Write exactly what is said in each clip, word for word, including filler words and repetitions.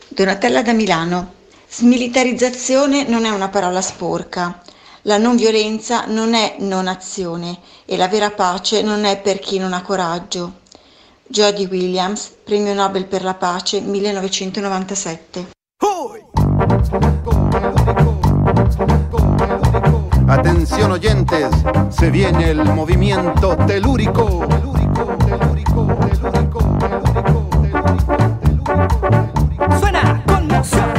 Donatella da Milano. Smilitarizzazione non è una parola sporca. La non violenza non è non azione e la vera pace non è per chi non ha coraggio. Jody Williams, Premio Nobel per la pace millenovecentonovantasette. Atención oyentes, se viene el movimiento telúrico. Telúrico, telúrico, telúrico, telúrico, telúrico. Suena conmoción.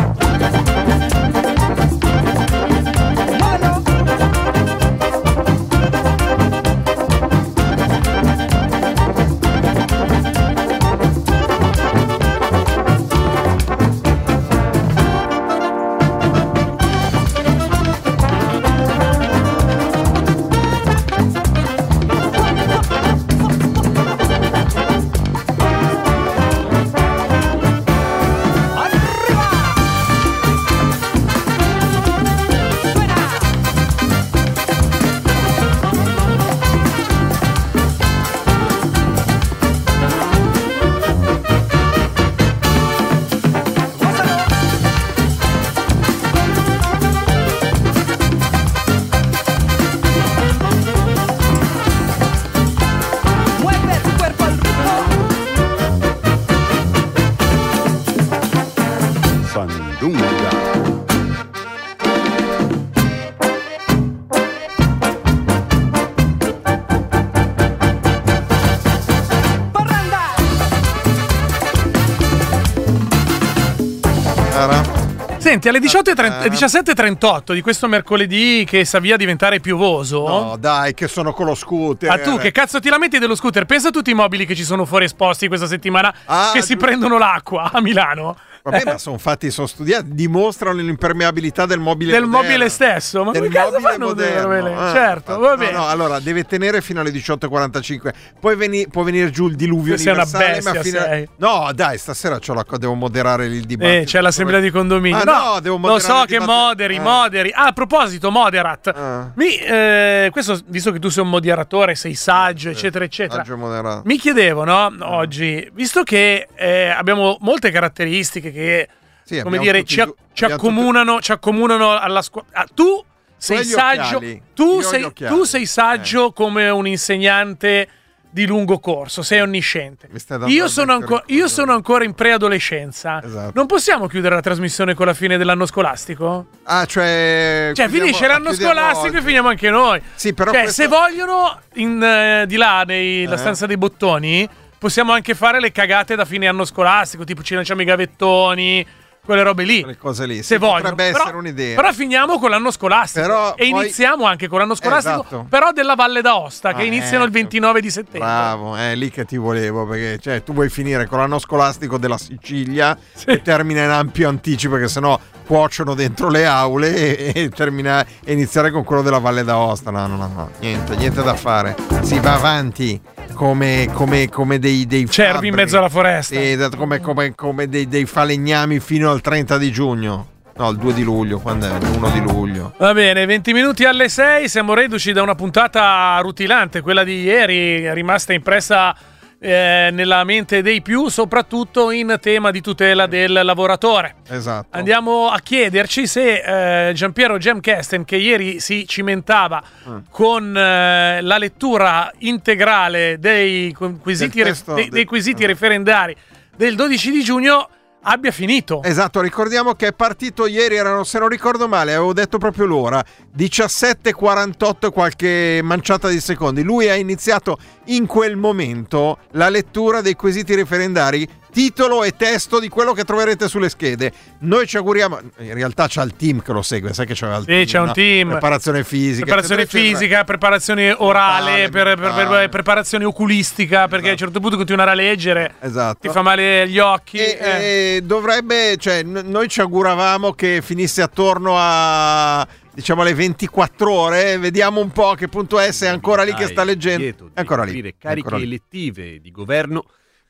Senti, alle diciassette e trentotto di questo mercoledì che sa via diventare piovoso. No, dai, che sono con lo scooter. Ah, tu che cazzo ti lamenti dello scooter? Pensa a tutti i mobili che ci sono fuori esposti questa settimana ah, che si prendono l'acqua a Milano. Vabbè, ma sono fatti, sono studiati, dimostrano l'impermeabilità del mobile del moderno. mobile stesso. Ma del come cazzo mobile fanno moderno. Ah, certo, no, va bene. No, allora deve tenere fino alle diciotto e quarantacinque. Poi veni, può venire giù il diluvio sei universale. Una bestia, ma fino sei. No, dai, stasera c'ho la... devo moderare il dibattito. Eh, c'è l'assemblea di condominio. Ah, no, no, devo moderare. Lo so che moderi, ah. moderi. Ah, a proposito, moderat. Ah. Mi, eh, questo, visto che tu sei un moderatore, sei saggio, sì, eccetera, eccetera. Saggio moderato. Mi chiedevo, no, ah. oggi, visto che eh, abbiamo molte caratteristiche che sì, come dire, ci, tu, ci, accomunano, tutti... ci accomunano alla scuola. Ah, tu sei saggio, tu sei, tu sei saggio eh. come un insegnante di lungo corso, sei onnisciente. Io sono, anco, io sono ancora in preadolescenza. Esatto. Non possiamo chiudere la trasmissione con la fine dell'anno scolastico? Ah, cioè... Cioè, finisce l'anno scolastico oggi. E finiamo anche noi. Sì, però cioè, questo... se vogliono, in, eh, di là, nella eh. stanza dei bottoni, possiamo anche fare le cagate da fine anno scolastico, tipo ci lanciamo i gavettoni... quelle robe lì, quelle cose lì, se vogliono. Potrebbe però, essere un'idea. Però finiamo con l'anno scolastico però e poi... iniziamo anche con l'anno scolastico, eh, esatto. però della Valle d'Aosta, ah, che iniziano eh, il ventinove di settembre. Bravo, è lì che ti volevo, perché cioè, tu vuoi finire con l'anno scolastico della Sicilia sì. e termina in ampio anticipo, perché sennò cuociono dentro le aule e, e, termina, e iniziare con quello della Valle d'Aosta. No, no, no, no, niente, niente da fare. Si va avanti come, come, come dei, dei cervi fabbri. in mezzo alla foresta. Sì, come, come, come dei, dei falegnami fino al trenta di giugno. No, il due di luglio, quando è? l'uno di luglio. Va bene, venti minuti alle sei, siamo reduci da una puntata rutilante, quella di ieri, rimasta impressa eh, nella mente dei più, soprattutto in tema di tutela del lavoratore. Esatto. Andiamo a chiederci se eh, Giampiero Gemkesten, che ieri si cimentava mm. con eh, la lettura integrale dei quesiti, re- dei, dei quesiti mm. referendari del dodici di giugno, abbia finito. Esatto, ricordiamo che è partito ieri, erano, se non ricordo male, avevo detto proprio l'ora, diciassette e quarantotto e qualche manciata di secondi. Lui ha iniziato in quel momento la lettura dei quesiti referendari, titolo e testo di quello che troverete sulle schede. Noi ci auguriamo, in realtà c'ha il team che lo segue, sai che c'è il sì, team, c'è un no? team, preparazione fisica, preparazione eccetera, fisica, eccetera. preparazione orale, per, per, per, preparazione oculistica, esatto. perché a un certo punto continuare a leggere esatto. ti fa male gli occhi. E, eh. e dovrebbe, cioè, n- noi ci auguravamo che finisse attorno a, diciamo, alle ventiquattro ore. Vediamo un po' a che punto è, se è ancora lì che sta leggendo. È ancora lì. Cariche ancora lì. elettive di governo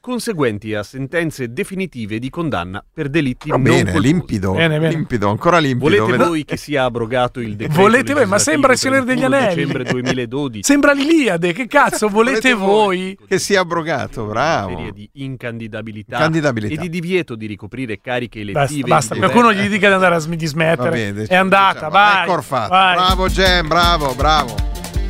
conseguenti a sentenze definitive di condanna per delitti Va non bene, colposi. limpido, Bene, bene. limpido, ancora limpido. Volete Ved- voi che sia abrogato il decreto Volete voi, ma legislativo sembra il Signore degli trentuno Anelli. dicembre duemiladodici Sembra l'Iliade, che cazzo volete, Volete voi? Che sia abrogato, in bravo. materia di incandidabilità, Candidabilità. e di divieto di ricoprire cariche Basta, elettive. basta. di qualcuno governo. gli dica di andare a sm- di smettere. Va bene, È andata, diciamo, vai. ecco fatto. vai. Bravo Gem, bravo, bravo.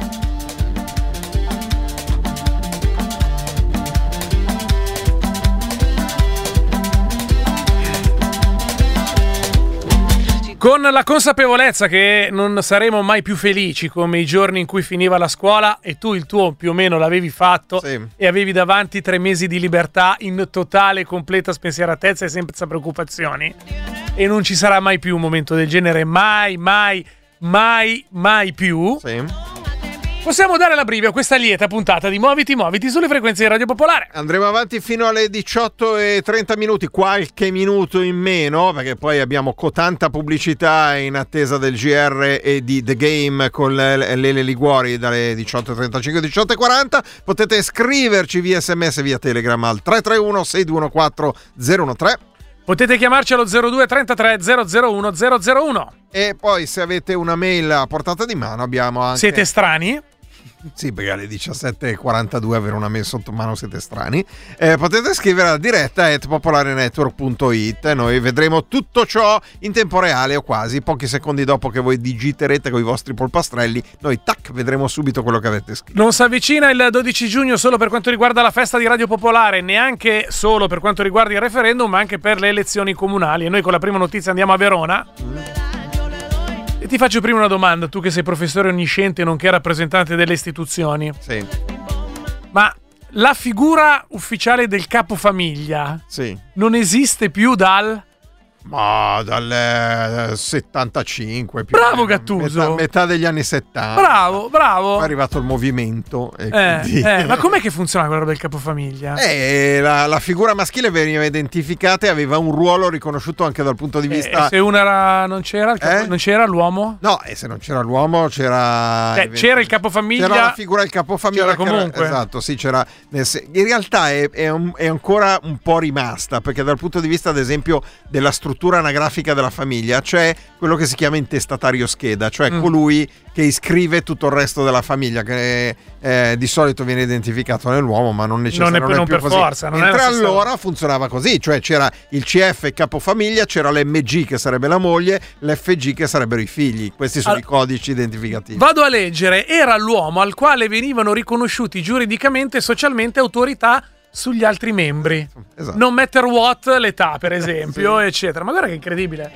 Con la consapevolezza che non saremo mai più felici come i giorni in cui finiva la scuola e tu il tuo più o meno l'avevi fatto Sì. e avevi davanti tre mesi di libertà in totale e completa spensieratezza e senza preoccupazioni, e non ci sarà mai più un momento del genere, mai, mai, mai, mai più. Sì. Possiamo dare l'abbrivio a questa lieta puntata di Muoviti, Muoviti sulle frequenze di Radio Popolare. Andremo avanti fino alle diciotto e trenta minuti, qualche minuto in meno, perché poi abbiamo cotanta pubblicità in attesa del G R e di The Game con Lele Liguori dalle diciotto e trentacinque alle diciotto e quaranta. Potete scriverci via sms, via Telegram al tre tre uno sei due uno quattro zero uno tre. Potete chiamarci allo zero due trentatré zero zero uno zero zero uno. E poi se avete una mail a portata di mano abbiamo anche... Siete strani? Sì, perché alle diciassette e quarantadue avere una mail sotto mano siete strani. Eh, potete scrivere alla diretta at popolarenetwork punto it. Noi vedremo tutto ciò in tempo reale o quasi. Pochi secondi dopo che voi digiterete con i vostri polpastrelli, noi tac, vedremo subito quello che avete scritto. Non si avvicina il dodici giugno solo per quanto riguarda la festa di Radio Popolare, neanche solo per quanto riguarda il referendum, ma anche per le elezioni comunali. E noi con la prima notizia andiamo a Verona. E ti faccio prima una domanda, tu che sei professore onnisciente nonché rappresentante delle istituzioni. Sì, Ma la figura ufficiale del capofamiglia sì. non esiste più dal... Ma dal eh, settantacinque più o Bravo meno, Gattuso. metà, metà degli anni settanta. Bravo, bravo. Poi è arrivato il movimento e Eh, quindi... eh, ma com'è che funziona quella roba del capofamiglia? Eh, la, la figura maschile veniva identificata e aveva un ruolo riconosciuto anche dal punto di vista... E se una era, non c'era il capo- Eh? non c'era l'uomo? No, e se non c'era l'uomo c'era... Cioè, c'era il capofamiglia. C'era la figura del capofamiglia. C'era che era- comunque. esatto, sì, c'era... nel se- In realtà è, è un- è ancora un po' rimasta, perché dal punto di vista, ad esempio, della struttura anagrafica della famiglia c'è quello che si chiama intestatario scheda, cioè Mm. colui che iscrive tutto il resto della famiglia, che eh, di solito viene identificato nell'uomo, ma non necessariamente Non è- non più per così. forza, non è Mentre la stessa allora funzionava così, cioè c'era il C F capofamiglia, c'era l'M G che sarebbe la moglie, l'F G che sarebbero i figli. Questi sono All- i codici identificativi. Vado a leggere, era l'uomo al quale venivano riconosciuti giuridicamente e socialmente autorità sugli altri membri. Esatto. Non matter what, l'età per esempio, eccetera. Ma guarda che incredibile.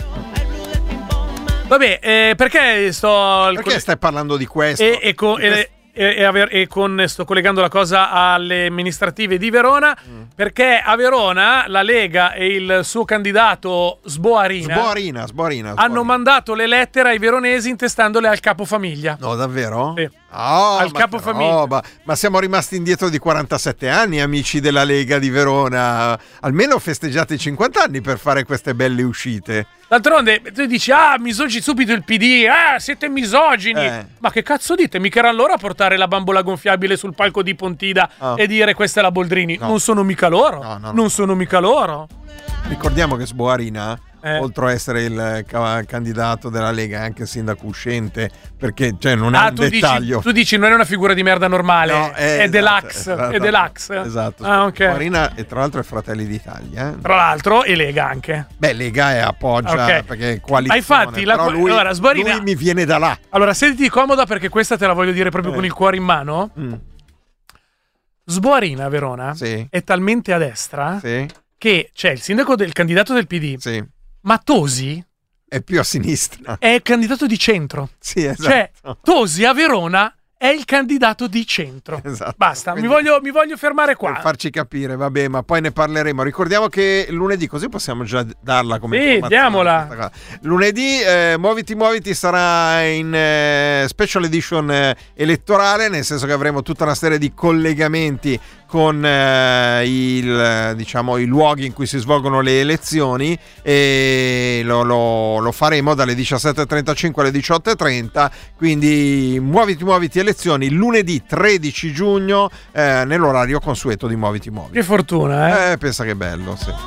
Vabbè, eh, perché sto... Perché stai parlando di questo? E, e con, Di questo- e- e- e aver- e con- sto collegando la cosa alle amministrative di Verona, Mm. perché a Verona la Lega e il suo candidato Sboarina, Sboarina, Sboarina, hanno Sboarina. mandato le lettere ai veronesi intestandole al capofamiglia. No, davvero? Sì. Oh, Al ma capofamiglia. che roba. Ma siamo rimasti indietro di quarantasette anni, amici della Lega di Verona. Almeno festeggiate i cinquanta anni per fare queste belle uscite. D'altronde tu dici, ah, misogini subito il P D, ah, siete misogini. Eh. Ma che cazzo dite? Mica erano loro a portare la bambola gonfiabile sul palco di Pontida Oh. e dire questa è la Boldrini. No. Non sono mica loro. No, no, no, non no. sono mica loro. Ricordiamo che Sboarina, Eh. oltre a essere il ca- candidato della Lega, è anche sindaco uscente, perché cioè, non è Ah, un tu dici, dettaglio. tu dici non è una figura di merda normale, No, è, esatto, deluxe, esatto, è deluxe. Esatto. Ah, ok. Sboarina e tra l'altro è Fratelli d'Italia. eh. Tra l'altro e Lega anche. Beh, Lega è appoggia Ok. perché è coalizione. Hai fatti la- però lui, allora, Sboarina- lui mi viene da là. Allora, sediti comoda perché questa te la voglio dire proprio Eh. con il cuore in mano. Mm. Sboarina a Verona Sì. è talmente a destra Sì, che c'è il sindaco del candidato del P D, sì. ma Tosi È più a sinistra. è il candidato di centro. Sì, esatto. Cioè, Tosi a Verona è il candidato di centro. Esatto. Basta, Quindi- mi, voglio, mi voglio fermare qua. Per farci capire, vabbè, ma poi ne parleremo. Ricordiamo che lunedì, così possiamo già darla come Sì, informazione, diamola. questa cosa. Lunedì eh, Muoviti Muoviti sarà in eh, special edition eh, elettorale, nel senso che avremo tutta una serie di collegamenti con eh, il, diciamo, i luoghi in cui si svolgono le elezioni, e lo, lo- lo faremo dalle diciassette e trentacinque alle diciotto e trenta. Quindi muoviti muoviti elezioni lunedì tredici giugno eh, nell'orario consueto di Muoviti Muoviti. Che fortuna, eh? Eh, pensa che bello, sì.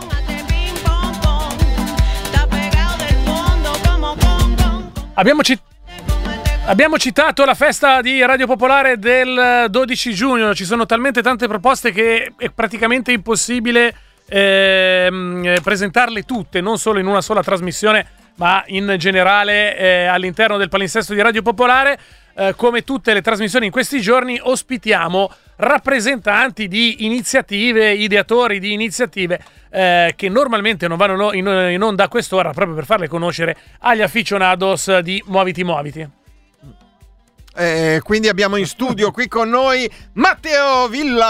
Abbiamo citato Abbiamo citato la festa di Radio Popolare del dodici giugno, ci sono talmente tante proposte che è praticamente impossibile eh, presentarle tutte, non solo in una sola trasmissione, ma in generale eh, all'interno del palinsesto di Radio Popolare. Eh, come tutte le trasmissioni in questi giorni ospitiamo rappresentanti di iniziative, ideatori di iniziative eh, che normalmente non vanno in, in onda a quest'ora, proprio per farle conoscere agli aficionados di Muoviti Muoviti. Eh, quindi abbiamo in studio qui con noi Matteo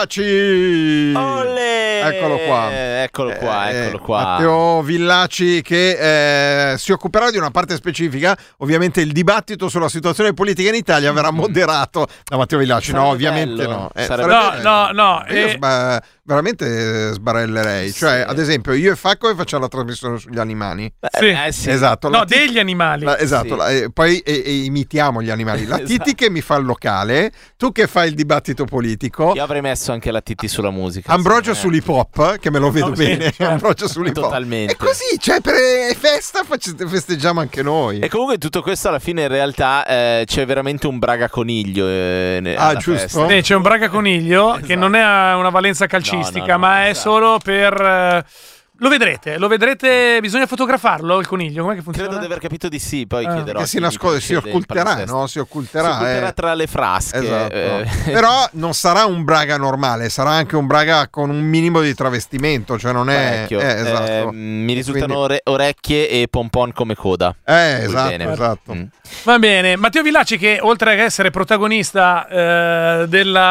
Villaci. Olè! Eccolo qua. Eccolo qua, eh, eccolo qua. Matteo Villaci che eh, si occuperà di una parte specifica. Ovviamente il dibattito sulla situazione politica in Italia verrà moderato da Matteo Villaci. Sarebbe no, ovviamente bello. no. Eh, Sarebbe no, bello. no, no. Io eh... sba- veramente sbarellerei. Sì. Cioè, ad esempio, io e Facco facciamo la trasmissione sugli animali. Sì. Eh, sì. Esatto. No, la tit- degli animali. La, esatto, Sì. la, eh, poi e, e imitiamo gli animali. La Esatto. Titi che mi fa il locale, tu che fai il dibattito politico. Io avrei messo anche la T T sulla musica. Ambrogio sì, sull'hip hop, che me lo vedo No, sì, bene. certo. Ambrogio sull'hip hop. Totalmente. E così, cioè, per è festa face- festeggiamo anche noi. E comunque tutto questo alla fine in realtà eh, c'è veramente un Braga Coniglio. Eh, ne- Ah, alla giusto. festa. Eh, c'è un Braga Coniglio che Esatto. non è una valenza calcistica, No, no, no, ma è esatto. solo per... eh, lo vedrete, lo vedrete, bisogna fotografarlo il coniglio, com'è che funziona? Credo di aver capito di sì, poi Ah. chiederò. Che a si chi nasconde, si siede in occulterà, palinsesto. no? Si occulterà. Si occulterà eh. tra le frasche. Esatto. eh. Però non sarà un Braga normale, sarà anche un Braga con un minimo di travestimento, cioè non è... Vecchio. eh, esatto. Eh, mi risultano Quindi- ore- orecchie e pompon come coda. Eh, Col esatto, bene. esatto. Mm. Va bene, Matteo Villaci che oltre ad essere protagonista eh,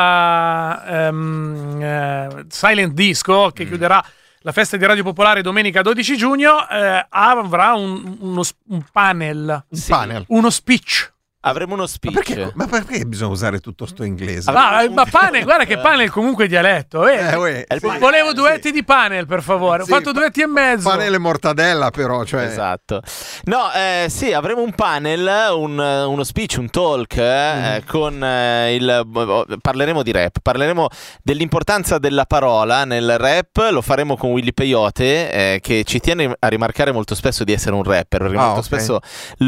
della ehm, eh, Silent Disco che Mm. chiuderà la festa di Radio Popolare domenica dodici giugno, eh, avrà un, uno, un panel, Un Sì. panel. uno speech. Avremo uno Ma speech. perché, ma perché bisogna usare tutto sto inglese? Allora, Ah, ma panel, guarda che panel comunque è dialetto. Eh. Eh, uè, È il sì. panel. Volevo duetti di panel, per favore. Sì, Ho fatto duetti e mezzo. Panel e mortadella, però, cioè... Esatto. No, eh, sì, avremo un panel, un, uno speech, un talk eh, Mm. con eh, il... Parleremo di rap, parleremo dell'importanza della parola nel rap, lo faremo con Willy Peyote eh, che ci tiene a rimarcare molto spesso di essere un rapper, perché Ah, molto ok. spesso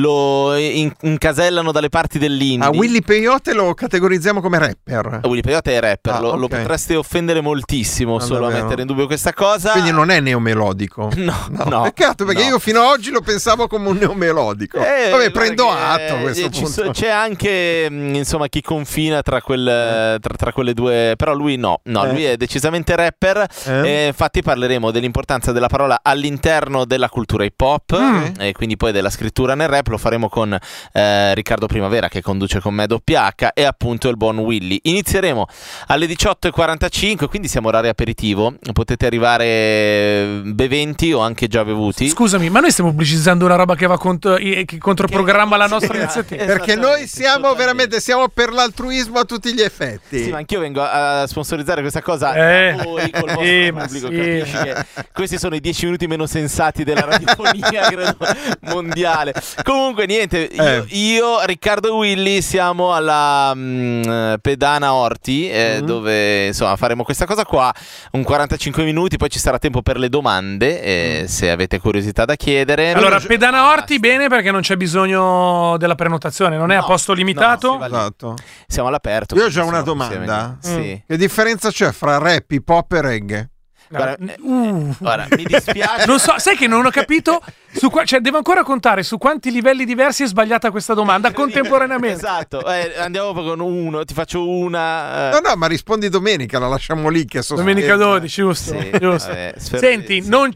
lo in- incasellano dalle parti dell'indie. Ah, Willy Peyote lo categorizziamo come rapper. Willy Peyote è rapper, Ah, lo, lo ok. potreste offendere moltissimo Ah, solo a davvero? mettere in dubbio questa cosa. Quindi non è neomelodico. No, no, Peccato, perché no. io fino ad oggi lo pensavo come un neomelodico. Eh, Vabbè, guarda prendo che, atto a eh, questo ci punto. so- c'è anche mh, insomma chi confina tra, quel, tra, tra quelle due, però lui no, no Eh. lui è decisamente rapper. Eh? E infatti parleremo dell'importanza della parola all'interno della cultura hip hop Mm. e quindi poi della scrittura nel rap. Lo faremo con eh, Riccardo Primavera che conduce con me doppia H e appunto il buon Willy. Inizieremo alle diciotto e quarantacinque, quindi siamo orario aperitivo, potete arrivare beventi o anche già bevuti. Scusami, ma noi stiamo pubblicizzando una roba che va contro, che controprogramma la nostra Sì, iniziativa. Perché noi siamo Totalmente. veramente siamo per l'altruismo a tutti gli effetti. Sì, ma anch'io vengo a a sponsorizzare questa cosa Eh. a voi col vostro Sì, ma pubblico. sì. Capisci che questi sono i dieci minuti meno sensati della radiofonia credo, mondiale. Comunque niente, io, Eh. io, Riccardo e Willy siamo alla mm, Pedana Orti eh, Mm. dove insomma faremo questa cosa qua un quarantacinque minuti, poi ci sarà tempo per le domande eh, se avete curiosità da chiedere. Allora, Non- Pedana Orti bene perché non c'è bisogno della prenotazione, non è No, a posto limitato. no, si va lì. Esatto. Siamo all'aperto. Io ho quindi già una siamo- domanda. siamo- Sì. Che differenza c'è fra rap, hip hop e reggae? Guarda, eh, Uh. Ora, mi dispiace. Non so, sai che non ho capito su qua- cioè devo ancora contare su quanti livelli diversi è sbagliata questa domanda contemporaneamente. Esatto, eh, andiamo con uno, ti faccio una. eh, No, no, ma rispondi domenica, la lasciamo lì che sono Domenica dodici, giusto? Sì, giusto. vabbè, spero Senti, di- sì. non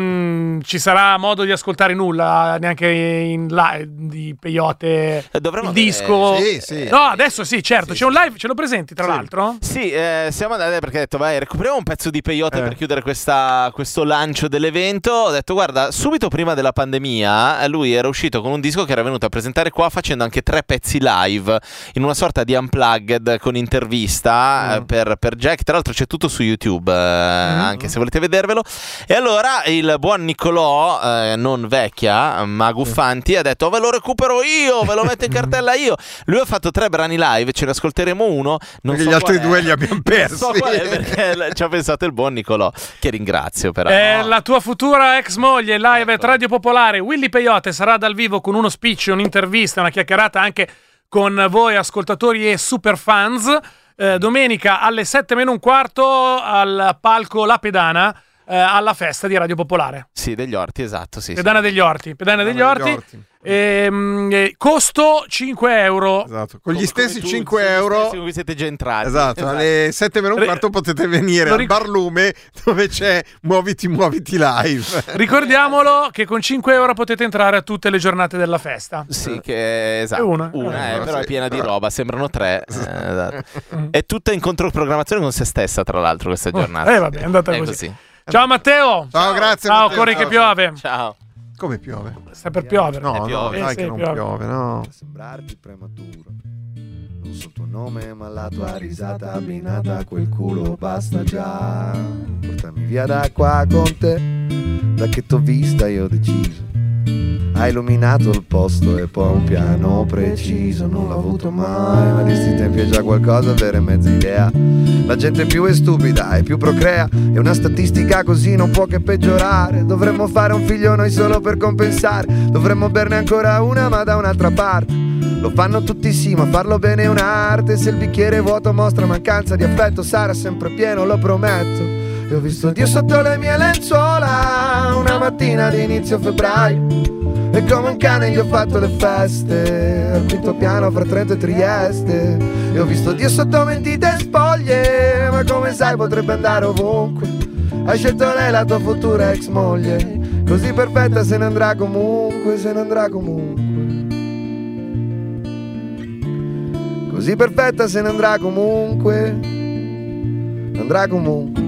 mm, ci sarà modo di ascoltare nulla neanche in live di Peyote, Eh, dovremmo il avere- disco. Sì, sì. No, adesso sì, certo, Sì, c'è un sì. live, ce lo presenti tra Sì. l'altro? Sì, eh, siamo andati perché ho detto vai recuperiamo un pezzo di Peyote Eh. per chiudere questa, questo lancio dell'evento. Ho detto guarda, subito prima della pandemia lui era uscito con un disco che era venuto a presentare qua facendo anche tre pezzi live in una sorta di unplugged con intervista mm. eh, per, per Jack. Tra l'altro c'è tutto su YouTube, eh, mm. anche se volete vedervelo. E allora il buon Nicolò, eh, non vecchia ma Guffanti, ha detto: ve lo recupero io, ve lo metto in cartella io. Lui ha fatto tre brani live, ce ne ascolteremo uno, non perché so gli altri è. due li abbiamo persi. Non so qual è, perché ci ha pensato il buon Nicolò, che ringrazio però. È la tua futura ex moglie live ecco. at Radio Popolare. Willy Peyote sarà dal vivo con uno speech, un'intervista, una chiacchierata anche con voi ascoltatori e super fans. Eh, domenica alle sette meno un quarto al palco La Pedana, eh, alla festa di Radio Popolare. Sì, degli Orti, esatto. Sì, Pedana sì. degli Orti. Pedana degli Pedana Orti. degli Orti. Ehm, eh, costo cinque euro. Esatto. Con gli Come- stessi come tu, cinque gli euro. stessi con cui siete già entrati. Esatto, alle sette meno un quarto potete venire Lo al ric- Barlume dove c'è Muoviti Muoviti Live. Ricordiamolo che con cinque euro potete entrare a tutte le giornate della festa. Sì, che esatto. È una. Una, eh, Una, però sì. è piena di roba, sembrano tre. eh, esatto. È tutta in controprogrammazione con se stessa, tra l'altro, questa giornata. Eh vabbè, è andata È così. così. Ciao Matteo. Ciao, grazie. Ciao, Matteo. corri Ciao, che piove. Ciao. Come piove? Sta per piovere. No, Eh, no, piove. dai Eh, che sì, non piove. piove, no. Sembrarti prematuro. Non so il tuo nome, ma la tua risata abbinata a quel culo basta già. Portami via da qua con te, da che t'ho vista io ho deciso. Hai illuminato il posto e poi un piano preciso. Non l'ho avuto mai, ma di sti tempi è già qualcosa avere mezza idea. La gente più è stupida e più procrea, e una statistica così non può che peggiorare. Dovremmo fare un figlio noi solo per compensare. Dovremmo berne ancora una ma da un'altra parte. Lo fanno tutti sì, ma farlo bene è un'arte. Se il bicchiere vuoto mostra mancanza di affetto, sarà sempre pieno, lo prometto. E ho visto Dio sotto le mie lenzuola una mattina di inizio febbraio, e come un cane gli ho fatto le feste al quinto piano fra Trento e Trieste. E ho visto Dio sotto mentite spoglie, ma come sai potrebbe andare ovunque. Hai scelto lei la tua futura ex moglie, così perfetta se ne andrà comunque, se ne andrà comunque. Così perfetta se ne andrà comunque, andrà comunque.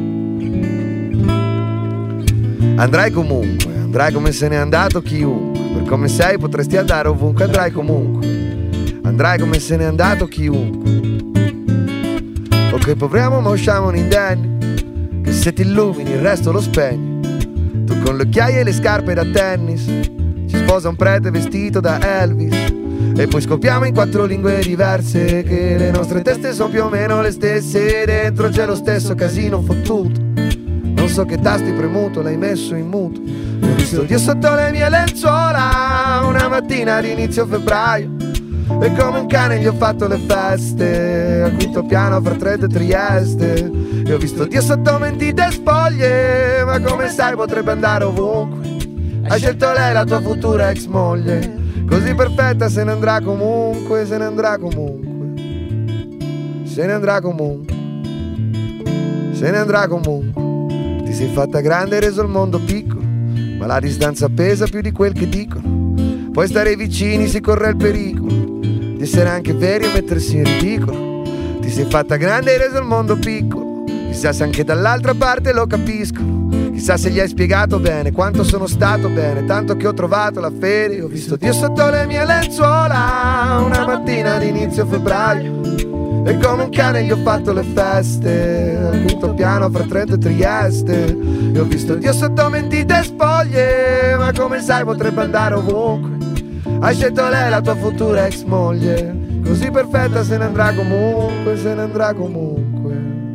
Andrai comunque, andrai come se n'è andato chiunque. Per come sei potresti andare ovunque, andrai comunque. Andrai come se n'è andato chiunque. Ok, proviamo ma usciamo un indenni, che se ti illumini il resto lo spegni. Tu con le occhiaie e le scarpe da tennis, ci sposa un prete vestito da Elvis, e poi scopriamo in quattro lingue diverse che le nostre teste sono più o meno le stesse. Dentro c'è lo stesso casino fottuto. Non so che tasti premuto, l'hai messo in muto. Ho visto Dio sotto le mie lenzuola una mattina di inizio febbraio, e come un cane gli ho fatto le feste al quinto piano fra Trento e Trieste. E ho visto Dio sotto mentite spoglie, ma come sai potrebbe andare ovunque. Hai scelto lei la tua futura ex moglie, così perfetta se ne andrà comunque, se ne andrà comunque. Se ne andrà comunque, se ne andrà comunque. Ti sei fatta grande e reso il mondo piccolo, ma la distanza pesa più di quel che dicono. Puoi stare vicini, si corre il pericolo di essere anche veri e mettersi in ridicolo. Ti sei fatta grande e reso il mondo piccolo, chissà se anche dall'altra parte lo capiscono. Chissà se gli hai spiegato bene quanto sono stato bene, tanto che ho trovato la fede. Ho visto Dio sotto le mie lenzuola una mattina di inizio febbraio, e come un cane gli ho fatto le feste al quinto piano fra Trento e Trieste. E ho visto Dio sotto mentite spoglie, ma come sai potrebbe andare ovunque. Hai scelto lei la tua futura ex moglie, così perfetta se ne andrà comunque, se ne andrà comunque.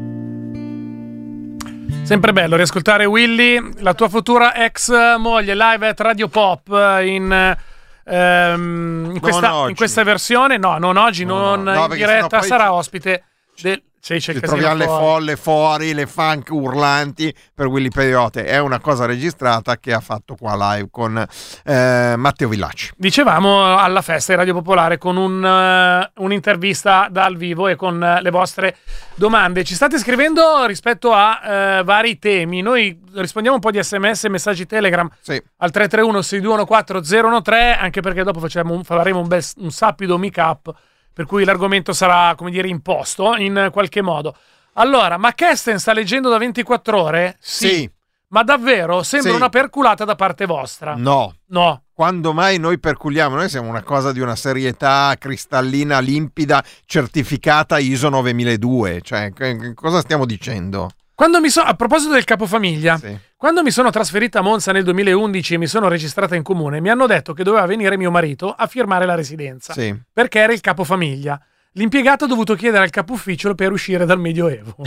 Sempre bello riascoltare Willy, la tua futura ex moglie live at Radio Pop in... Um, in, questa, in questa versione, no, non oggi, no, non no, no, in diretta, sarà ci... ospite del... Sì, c'è il ci troviamo le fuori. folle fuori, le funk urlanti per Willy Peyote. È una cosa registrata che ha fatto qua live con eh, Matteo Villacci. Dicevamo alla festa di Radio Popolare con un, uh, un'intervista dal vivo e con uh, le vostre domande. Ci state scrivendo rispetto a uh, vari temi. Noi rispondiamo un po' di sms e messaggi Telegram, sì, al tre tre uno sei due uno quattro zero uno tre, anche perché dopo facciamo un, faremo un, bel, un sapido mic up, per cui l'argomento sarà, come dire, imposto in qualche modo. Allora, ma Kesten sta leggendo da ventiquattro ore? Sì. Sì. Ma davvero? Sembra sì. una perculata da parte vostra. No. No. Quando mai noi perculiamo? Noi siamo una cosa di una serietà cristallina, limpida, certificata I S O novemiladue. Cioè, cosa stiamo dicendo? Quando mi so- a proposito del capofamiglia, sì. quando mi sono trasferita a Monza nel duemilaundici e mi sono registrata in comune, mi hanno detto che doveva venire mio marito a firmare la residenza, sì. perché era il capofamiglia. L'impiegato ha dovuto chiedere al capo ufficio per uscire dal Medioevo.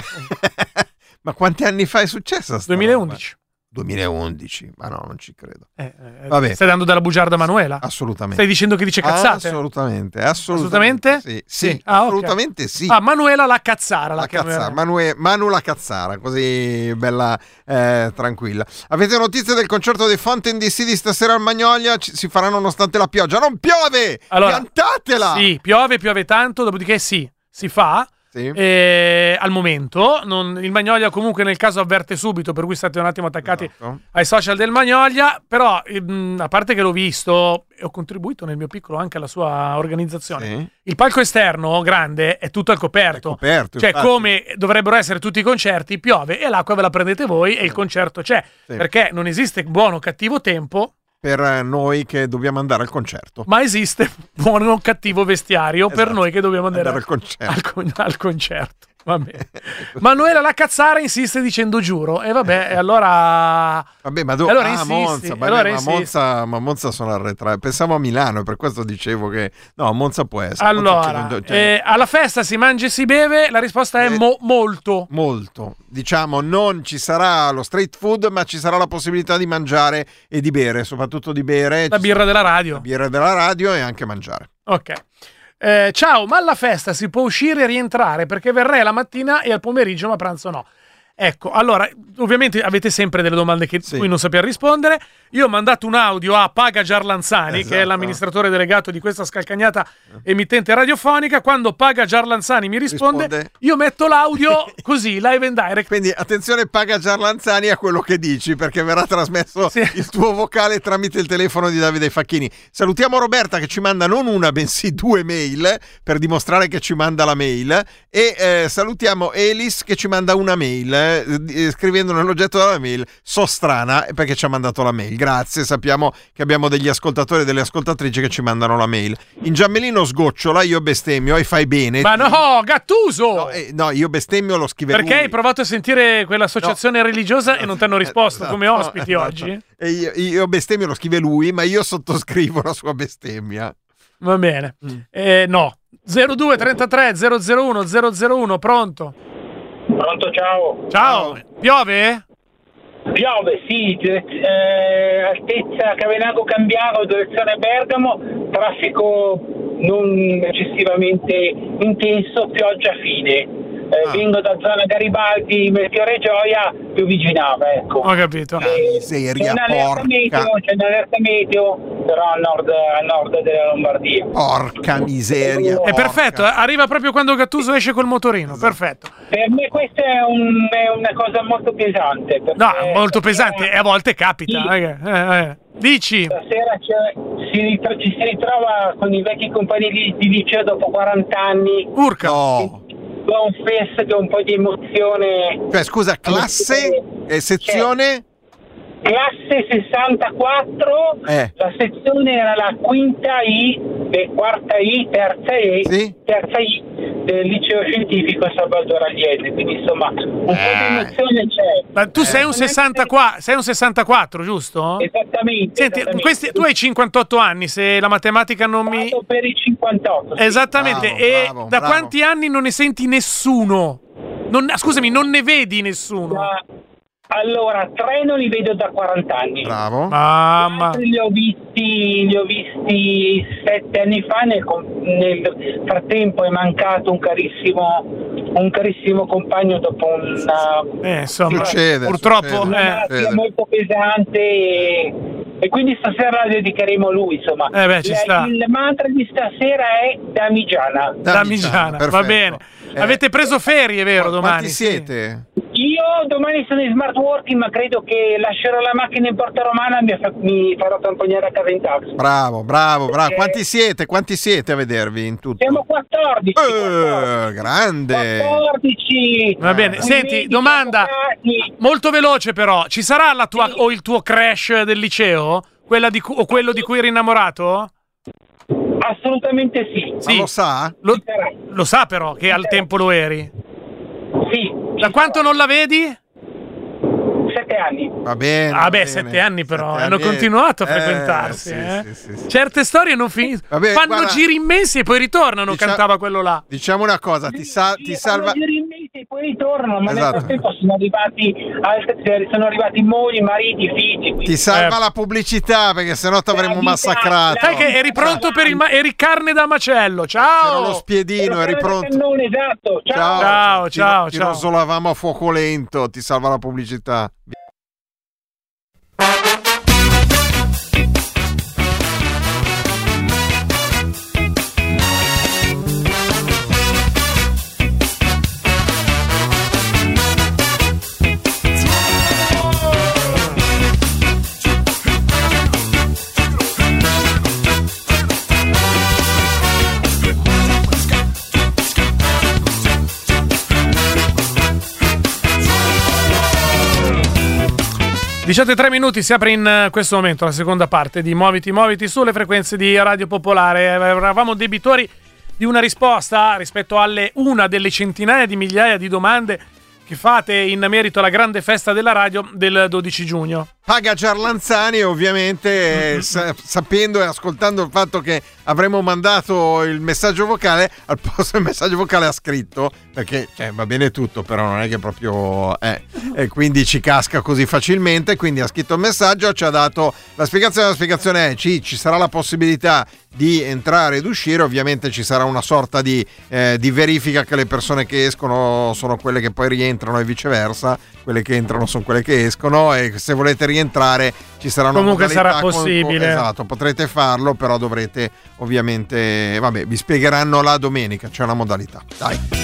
Ma quanti anni fa è successa? duemilaundici. duemilaundici, ma no, non ci credo. Eh, eh, Vabbè. Stai dando della bugiarda a Manuela? Assolutamente. Stai dicendo che dice cazzate? Assolutamente, assolutamente. Assolutamente? Sì, sì, sì. Ah, assolutamente okay. sì. Ah, Manuela la cazzara. La, la cazzara. Manue, Manu la cazzara, così bella, eh, tranquilla. Avete notizie del concerto dei Fountain D C di stasera al Magnolia? Ci, si farà nonostante la pioggia. Non piove! Allora, piantatela! Sì, piove, piove tanto, dopodiché sì, si fa. Sì. E al momento non, il Magnolia comunque nel caso avverte subito, per cui state un attimo attaccati esatto. ai social del Magnolia, però mh, a parte che l'ho visto e ho contribuito nel mio piccolo anche alla sua organizzazione, sì. il palco esterno grande è tutto al coperto, è coperto cioè infatti. Come dovrebbero essere tutti i concerti, piove e l'acqua ve la prendete voi e il concerto c'è, sì. perché non esiste buono o cattivo tempo per noi che dobbiamo andare al concerto, ma esiste buono o cattivo vestiario esatto. per noi che dobbiamo andare, andare al concerto. Al, con- al concerto. Vabbè. Manuela la cazzara insiste dicendo giuro e vabbè, e allora vabbè, ma do- allora ah, insisti, Monza, vabbè, allora ma, Monza, ma Monza sono arretrati. Pensavo a Milano, per questo dicevo che no, Monza può essere. Allora, Monza cioè, eh, alla festa si mangia e si beve, la risposta è eh, mo- molto. Molto. Diciamo, non ci sarà lo street food, ma ci sarà la possibilità di mangiare e di bere, soprattutto di bere. La birra della radio. La birra della radio e anche mangiare. Ok. Eh, ciao, ma alla festa si può uscire e rientrare perché verrei la mattina e al pomeriggio, ma a pranzo no. Ecco, allora, ovviamente avete sempre delle domande che sì. cui non sapete rispondere. Io ho mandato un audio a Paga Giarlanzani, esatto. che è l'amministratore delegato di questa scalcagnata emittente radiofonica. Quando Paga Giarlanzani mi risponde, risponde, io metto l'audio così, live and direct. Quindi attenzione, Paga Giarlanzani a quello che dici, perché verrà trasmesso sì. il tuo vocale tramite il telefono di Davide Facchini. Salutiamo Roberta che ci manda non una, bensì due mail, per dimostrare che ci manda la mail, e eh, salutiamo Elis che ci manda una mail, scrivendo nell'oggetto della mail so strana perché ci ha mandato la mail. Grazie, sappiamo che abbiamo degli ascoltatori e delle ascoltatrici che ci mandano la mail. In Giammelino sgocciola, io bestemmio e fai bene. Ma no, Gattuso! No, eh, no io bestemmio lo scrive perché lui. Hai provato a sentire quell'associazione no. religiosa no. e non ti hanno risposto esatto, come ospiti esatto. oggi? E io, io bestemmio lo scrive lui, ma io sottoscrivo la sua bestemmia. Va bene. Mm. Eh, no. zero due trentatré zero zero uno zero zero uno, pronto? Pronto, ciao. Ciao. Ciao. Piove? Piove, sì. Eh, altezza Cavenago Cambiaro, direzione Bergamo, traffico non eccessivamente intenso, pioggia fine. Eh, ah. Vengo da zona Garibaldi, Melchiorre Gioia, più vicinava, ecco. Ho capito. Eh, miseria, c'è un'allerta meteo, c'è un'allerta meteo, però al nord, al nord della Lombardia. Porca miseria. È perfetto, eh? Arriva proprio quando Gattuso esce col motorino, esatto. Perfetto. Per me questa è, un, è una cosa molto pesante. No, molto pesante, e a volte capita. Sì. Eh, eh. Dici? Stasera si ritro- ci si ritrova con i vecchi compagni di, di liceo dopo quaranta anni. Urca! No. Un fest con un po' di emozione. Cioè, scusa, classe e sezione? Classe sessantaquattro, eh. La sezione era la quinta I, e quarta I, terza I, sì? terza I del liceo scientifico Salvatore Agliese, quindi insomma un eh. po' di emozione c'è. Ma tu eh. sei un sessantaquattro, sei un sessantaquattro, giusto? Esattamente. Senti, esattamente. Questi, tu hai cinquantotto anni, se la matematica non Vado mi... per i cinquantotto. Sì. Esattamente, bravo, e bravo, da bravo. quanti anni non ne senti nessuno? Non, scusami, non ne vedi nessuno? Da... Allora, tre non li vedo da quaranta anni. Bravo. Mamma. Li ho visti, li ho visti sette anni fa. Nel, nel frattempo è mancato un carissimo, un carissimo compagno dopo una. Eh, insomma, succede, purtroppo succede, una malattia molto pesante. E, e quindi stasera la dedicheremo a lui. Insomma, eh beh, ci la, sta. il mantra di stasera è Damigiana. Damigiana, va bene. Eh, Avete preso ferie, vero? Quanti Domani? siete? Io domani sono in smart working, ma credo che lascerò la macchina in Porta Romana e mi, fa- mi farò accompagnare a casa in taxi. Bravo, bravo, bravo. Quanti siete? Quanti siete a vedervi in tutto? Siamo quattordici. Eh, grande. quattordici. Va bene, senti, domanda molto veloce però. Ci sarà la tua Sì. o il tuo crush del liceo? Quella di cu- o quello di cui eri innamorato? Assolutamente sì. Ma lo sa? Lo, Ci sarà. lo sa però che al tempo lo eri. Sì. Da quanto non la vedi? Sette anni. Va bene. Ah va beh, bene. sette anni però, Sette hanno anni. continuato a Eh, frequentarsi. sì, eh. sì, sì, sì. Certe storie non finiscono. Vabbè, Fanno guarda, giri immensi e poi ritornano, dicia- cantava quello là. Diciamo una cosa, ti, sa- Sì, ti fanno salva... giri in mesi e poi ritornano, ma Esatto. nel frattempo sono arrivati altre- sono arrivati mogli, mariti, figli. quindi- Ti salva Eh. la pubblicità, perché sennò ti avremmo La vita- massacrato. Sai che eri pronto per il ma- eri carne da macello. C'era lo Ciao. spiedino, eri Ero pronto. cannone, esatto. Ciao. Ciao, Ti- ciao, ti ciao. rosolavamo a fuoco lento, ti salva la pubblicità. diciotto e tre minuti, si apre in eh, questo momento la seconda parte di Muoviti Muoviti sulle frequenze di Radio Popolare. Eravamo debitori di una risposta rispetto alle una delle centinaia di migliaia di domande che fate in merito alla grande festa della radio del dodici giugno. Paga Giarlanzani, ovviamente, eh, sa- sapendo e ascoltando il fatto che avremmo mandato il messaggio vocale, al posto del messaggio vocale ha scritto, perché cioè, va bene tutto, però non è che proprio è, e quindi ci casca così facilmente, quindi ha scritto il messaggio, ci ha dato la spiegazione, la spiegazione è ci, ci sarà la possibilità di entrare ed uscire, ovviamente ci sarà una sorta di, eh, di verifica che le persone che escono sono quelle che poi rientrano e viceversa, quelle che entrano sono quelle che escono, e se volete rientrare ci sarà una Comunque modalità sarà con- possibile. con- esatto, potrete farlo, però dovrete ovviamente, vabbè, vi spiegheranno la domenica, c'è una modalità. Dai.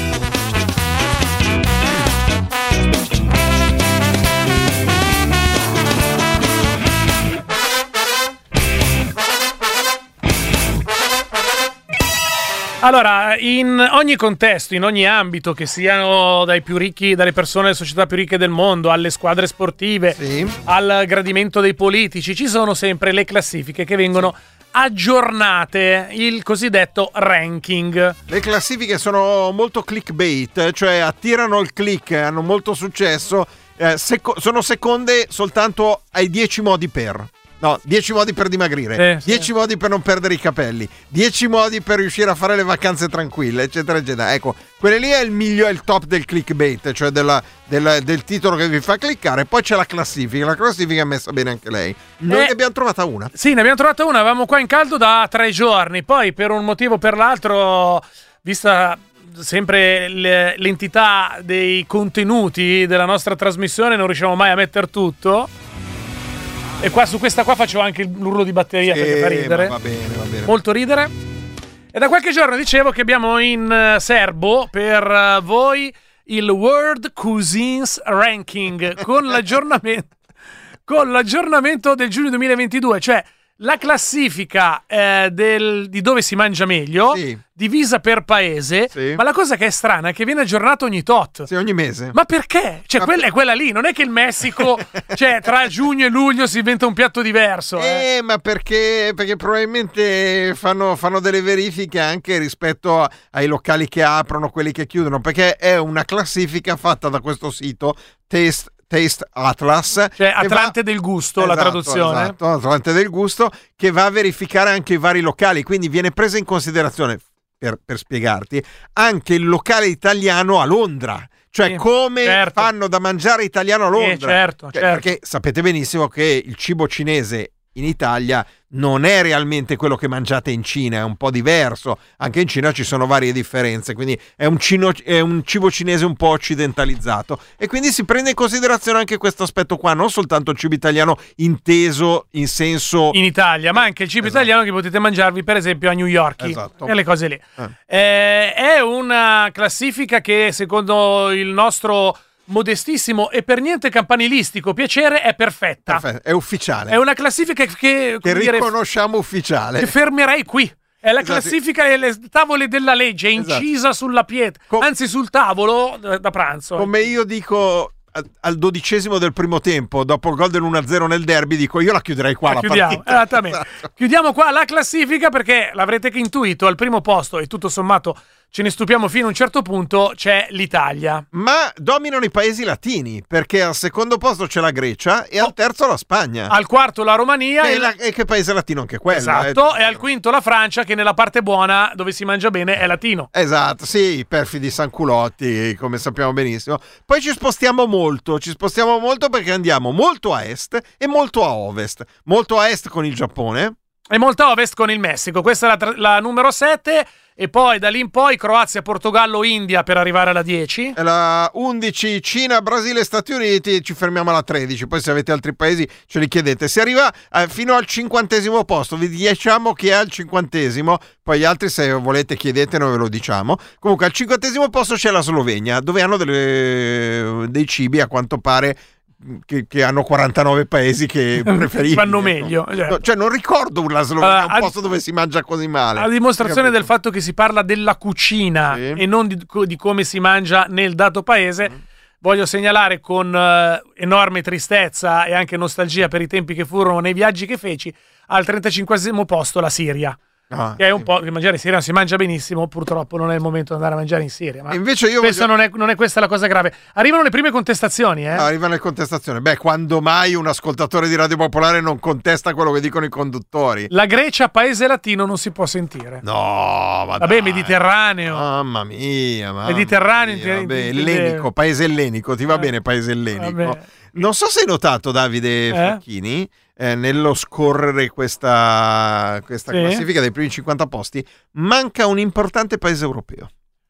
Allora, in ogni contesto, in ogni ambito, che siano dai più ricchi, dalle persone delle società più ricche del mondo, alle squadre sportive, Sì. al gradimento dei politici, ci sono sempre le classifiche che vengono aggiornate, il cosiddetto ranking. Le classifiche sono molto clickbait, cioè attirano il click, hanno molto successo, eh, seco- sono seconde soltanto ai dieci modi per. No, dieci modi per dimagrire, Eh, sì. dieci modi per non perdere i capelli, dieci modi per riuscire a fare le vacanze tranquille, eccetera, eccetera. Ecco, quello lì è il migliore, il top del clickbait, cioè della, del, del titolo che vi fa cliccare. Poi c'è la classifica, la classifica è messa bene anche lei. Noi Eh. ne abbiamo trovata una. Sì, ne abbiamo trovata una, avevamo qua in caldo da tre giorni, poi per un motivo o per l'altro, vista sempre le- l'entità dei contenuti della nostra trasmissione, non riusciamo mai a mettere tutto. E qua su questa qua facevo anche l'urlo di batteria perché fa Eh, ridere. ma va bene, va bene. Molto ridere. E da qualche giorno dicevo che abbiamo in eh, serbo per eh, voi il World Cuisines Ranking con l'aggiornamento con l'aggiornamento del giugno duemilaventidue, cioè la classifica eh, del, di dove si mangia meglio, Sì. divisa per paese, Sì. ma la cosa che è strana è che viene aggiornato ogni tot. Sì, ogni mese. Ma perché? Cioè, Ma quella per- è quella lì, non è che il Messico, cioè, tra giugno e luglio si inventa un piatto diverso. Eh. Eh, ma perché, perché probabilmente fanno, fanno delle verifiche anche rispetto a- ai locali che aprono, quelli che chiudono, perché è una classifica fatta da questo sito Taste, Taste Atlas. Cioè, che Atlante va- del gusto, la Esatto, traduzione. Esatto, Atlante del gusto, che va a verificare anche i vari locali, quindi viene presa in considerazione, per, per spiegarti, anche il locale italiano a Londra. Cioè, Sì, come certo. fanno da mangiare italiano a Londra. Sì, certo, Cioè, certo. Perché sapete benissimo che il cibo cinese in Italia non è realmente quello che mangiate in Cina, è un po' diverso. Anche in Cina ci sono varie differenze, quindi è un, cino- è un cibo cinese un po' occidentalizzato. E quindi si prende in considerazione anche questo aspetto qua, non soltanto il cibo italiano inteso in senso... In Italia, ma anche il cibo Esatto. italiano che potete mangiarvi, per esempio, a New York. Esatto. E le cose lì. Eh. Eh, è una classifica che, secondo il nostro modestissimo e per niente campanilistico piacere è perfetta. Perfetto, è ufficiale. È una classifica che, che dire, riconosciamo ufficiale. Che fermerei qui. È la esatto. classifica delle tavole della legge, incisa esatto. sulla pietra, Com- anzi sul tavolo da pranzo. Come io dico al dodicesimo del primo tempo, dopo il gol dell'uno a zero nel derby, dico io la chiuderei qua la, la chiudiamo, partita. Esattamente. Esatto. Chiudiamo qua la classifica perché l'avrete che intuito, al primo posto e tutto sommato ce ne stupiamo fino a un certo punto, c'è l'Italia. Ma dominano i paesi latini, perché al secondo posto c'è la Grecia e oh. al terzo la Spagna. Al quarto la Romania. E, la, e che paese latino anche quello. Esatto, eh. e al quinto la Francia, che nella parte buona, dove si mangia bene, è latino. Esatto, sì, i perfidi sanculotti, come sappiamo benissimo. Poi ci spostiamo molto, ci spostiamo molto perché andiamo molto a est e molto a ovest. Molto a est con il Giappone. E molto a ovest con il Messico. Questa è la, tra- la numero sette. E poi da lì in poi Croazia, Portogallo, India per arrivare alla dieci. E la undici Cina, Brasile, Stati Uniti, ci fermiamo alla tredici. Poi se avete altri paesi ce li chiedete. Si arriva eh, fino al cinquantesimo posto, vi diciamo chi è al cinquantesimo, poi gli altri se volete chiedete noi ve lo diciamo. Comunque al cinquantesimo posto c'è la Slovenia, dove hanno delle, dei cibi a quanto pare Che, che hanno quarantanove paesi che preferiscono. Vanno meglio. Cioè. No, cioè non ricordo una Slovenia, uh, un posto a, dove si mangia così male. A dimostrazione del fatto che si parla della cucina sì. e non di, di come si mangia nel dato paese, mm. voglio segnalare con uh, enorme tristezza e anche nostalgia per i tempi che furono nei viaggi che feci, al trentacinquesimo posto la Siria. Ah, che è un sì. po' che mangiare in Siria si mangia benissimo, purtroppo non è il momento di andare a mangiare in Siria, ma invece io penso voglio... non, è, non è questa la cosa grave. Arrivano le prime contestazioni eh? ah, arrivano le contestazioni. Beh, quando mai un ascoltatore di Radio Popolare non contesta quello che dicono i conduttori? La Grecia, paese latino, non si può sentire. No, ma vabbè, dai. Mediterraneo. Mamma mia, mamma Mediterraneo mia, vabbè, ellenico, paese ellenico, ti va eh. bene paese ellenico? Vabbè. Non so se hai notato, Davide eh? Facchini, eh, nello scorrere questa, questa sì. classifica dei primi cinquanta posti, manca un importante paese europeo.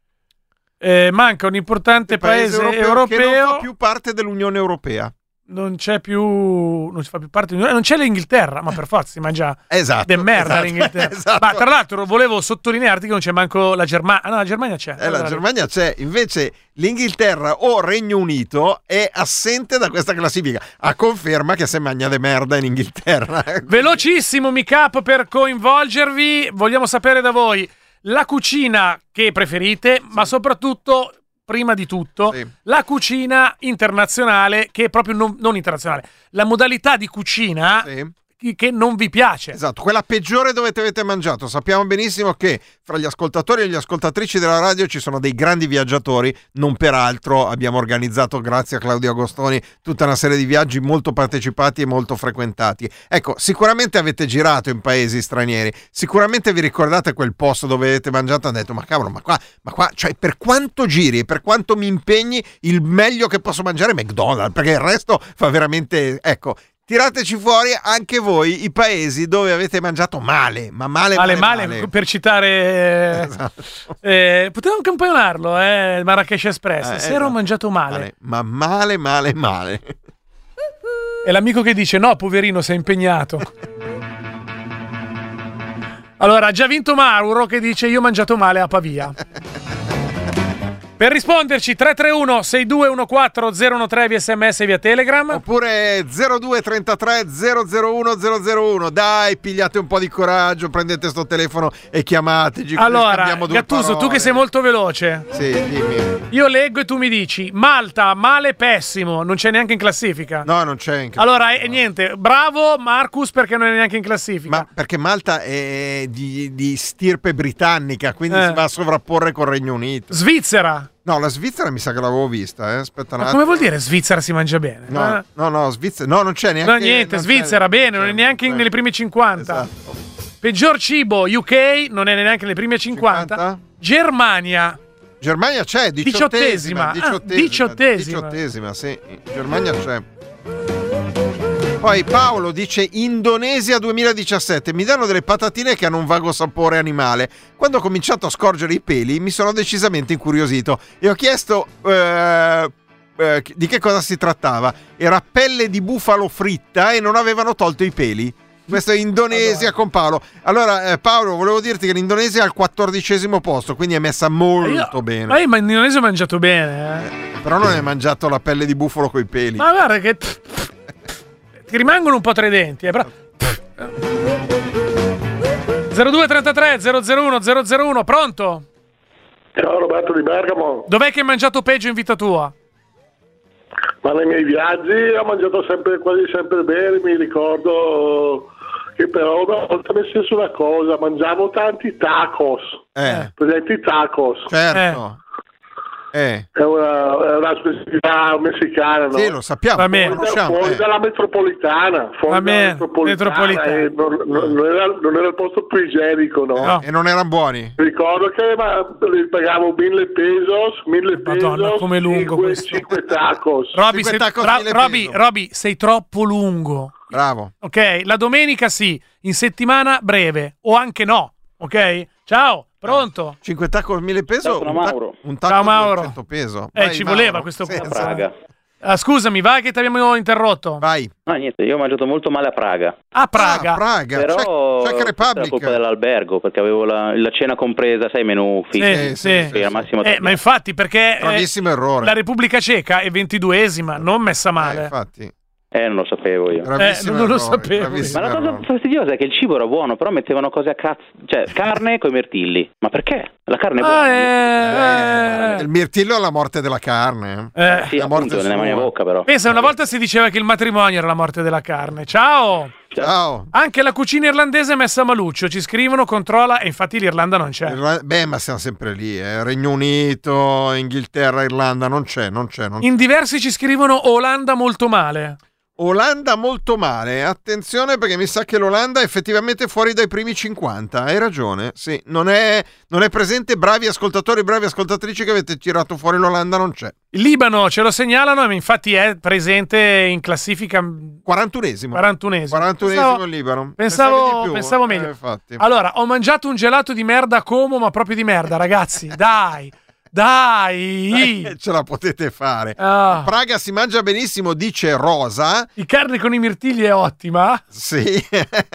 Eh, manca un importante paese, paese europeo, europeo che non fa più parte dell'Unione Europea. Non c'è più, non si fa più parte, non c'è l'Inghilterra, ma per forza si mangia esatto, de merda esatto, l'Inghilterra. Esatto. Ma tra l'altro volevo sottolinearti che non c'è manco la Germania. Ah, no, la Germania c'è. Eh, la Germania c'è, invece l'Inghilterra o Regno Unito è assente da questa classifica, a conferma che se mangia de merda in Inghilterra. Velocissimo Micap per coinvolgervi, vogliamo sapere da voi la cucina che preferite, sì. ma soprattutto prima di tutto, sì. la cucina internazionale, che è proprio non, non internazionale, la modalità di cucina sì. che non vi piace. Esatto, quella peggiore dove te avete mangiato. Sappiamo benissimo che fra gli ascoltatori e gli ascoltatrici della radio ci sono dei grandi viaggiatori, non peraltro abbiamo organizzato, grazie a Claudio Agostoni, tutta una serie di viaggi molto partecipati e molto frequentati. Ecco, sicuramente avete girato in paesi stranieri, sicuramente vi ricordate quel posto dove avete mangiato e hanno detto ma cavolo, ma qua, ma qua, cioè per quanto giri e per quanto mi impegni, il meglio che posso mangiare è McDonald's, perché il resto fa veramente, ecco. Tirateci fuori anche voi i paesi dove avete mangiato male, ma male male male, male. Per citare esatto. eh, potevo campionarlo, eh, Marrakesh Express, eh, se esatto. ero mangiato male. male ma male male male è l'amico che dice no poverino sei impegnato. Allora ha già vinto Mauro che dice io ho mangiato male a Pavia. Per risponderci tre tre uno sei due uno quattro zero uno tre via sms via Telegram oppure zero due trentatré zero zero uno zero zero uno. Dai, pigliate un po' di coraggio, prendete sto telefono e chiamateci. Allora, Gattuso, tu che sei molto veloce. Sì, dimmi. Io leggo e tu mi dici Malta, male, pessimo, non c'è neanche in classifica. No, non c'è in classifica. Allora, no. niente, bravo Marcus perché non è neanche in classifica. Ma perché Malta è di, di stirpe britannica, quindi eh. si va a sovrapporre col Regno Unito. Svizzera. No, la Svizzera mi sa che l'avevo vista, eh. Aspetta un Ma attimo. come vuol dire Svizzera si mangia bene? No, eh? no, no, Svizzera. No, non c'è neanche. No, niente, Svizzera, bene, non è neanche nelle prime cinquanta. Esatto. Peggior cibo, U K, non è neanche nelle prime cinquanta. cinquanta? Germania. Germania c'è, diciottesima. Diciottesima, diciottesima, ah, diciottesima. diciottesima, sì. Germania c'è. Poi Paolo dice Indonesia duemiladiciassette, mi danno delle patatine che hanno un vago sapore animale. Quando ho cominciato a scorgere i peli mi sono decisamente incuriosito e ho chiesto eh, eh, di che cosa si trattava. Era pelle di bufalo fritta e non avevano tolto i peli. Questo è Indonesia con Paolo. Allora, eh, Paolo, volevo dirti che l'Indonesia è al quattordicesimo posto, quindi è messa molto io, bene. Ma io ma in Indonesia ho mangiato bene. Eh. Però non hai mangiato la pelle di bufalo coi peli. Ma guarda che ti rimangono un po' tra i denti, eh, però... zero due trentatré zero zero uno zero zero uno, pronto? Ciao Roberto di Bergamo. Dov'è che hai mangiato peggio in vita tua? Ma nei miei viaggi ho mangiato sempre, quasi sempre bene, mi ricordo che però una volta mi è successo una cosa, mangiavo tanti tacos. Eh. Presenti tacos. Certo. Eh. È una, è una specialità messicana, no? Sì, lo sappiamo. Va bene. Fuori, da, fuori eh. dalla metropolitana. Fuori Va bene. metropolitana. metropolitana. E non, non, non, era, non era il posto più igienico, no? no. E non erano buoni. Ricordo che ma, li pagavo mille pesos, mille Madonna, pesos, come lungo cinque, questo. cinque tacos. Roby, cinque sei, tacos Ra- mille Roby, peso. Roby, sei troppo lungo. Bravo. Ok, la domenica sì, in settimana breve, o anche no. Ok? Ciao, pronto? cinque tacos mille peso, Ciao, un, Mauro. ta- un tacco Ciao, Mauro. di cento peso. Eh, Vai, ci Mauro. voleva questo Sì, cazzo. Praga. Ah, scusami, vai che ti abbiamo interrotto. Vai. No, niente, io ho mangiato molto male a Praga. A Praga. Ah, Praga. Però Czech, Czech è la Republic. colpa dell'albergo, perché avevo la, la cena compresa, sai, menù fisso. Sì, Sì, sì. sì, Che era massimo Eh, ma infatti perché eh, Gravissimo errore. la Repubblica Ceca è ventiduesima, non messa Eh, male. infatti. Eh, non lo sapevo io. Gravissimo Eh, non lo errore, sapevo. gravissimo Ma la cosa errore. fastidiosa è che il cibo era buono, però mettevano cose a cazzo, cioè carne coi mirtilli. Ma perché? La carne è Ah, buona. eh, Il mirtillo è la morte della carne. eh. Sì, la morte appunto, nella sua. mia bocca però. Pensa, una volta si diceva che il matrimonio era la morte della carne. Ciao! Ciao. Anche la cucina irlandese è messa a maluccio, ci scrivono, controlla, e infatti l'Irlanda non c'è. Irla- Beh, ma siamo sempre lì. Eh. Regno Unito, Inghilterra, Irlanda, non c'è, non c'è. Non c'è. In diversi ci scrivono Olanda molto male. Olanda molto male, attenzione perché mi sa che l'Olanda è effettivamente fuori dai primi cinquanta, hai ragione, sì, non è, non è presente, bravi ascoltatori, bravi ascoltatrici che avete tirato fuori l'Olanda, non c'è. Il Libano ce lo segnalano, e infatti è presente in classifica quarantunesimo. quarantunesimo. quarantunesimo Pensavo- il Libano. Pensavo, Pensavi di più? pensavo Eh, meglio. infatti. Allora, ho mangiato un gelato di merda a Como, ma proprio di merda, ragazzi, dai, dai. Eh, ce la potete fare. Ah, Praga si mangia benissimo, dice Rosa. di carne con i mirtilli è ottima. Sì.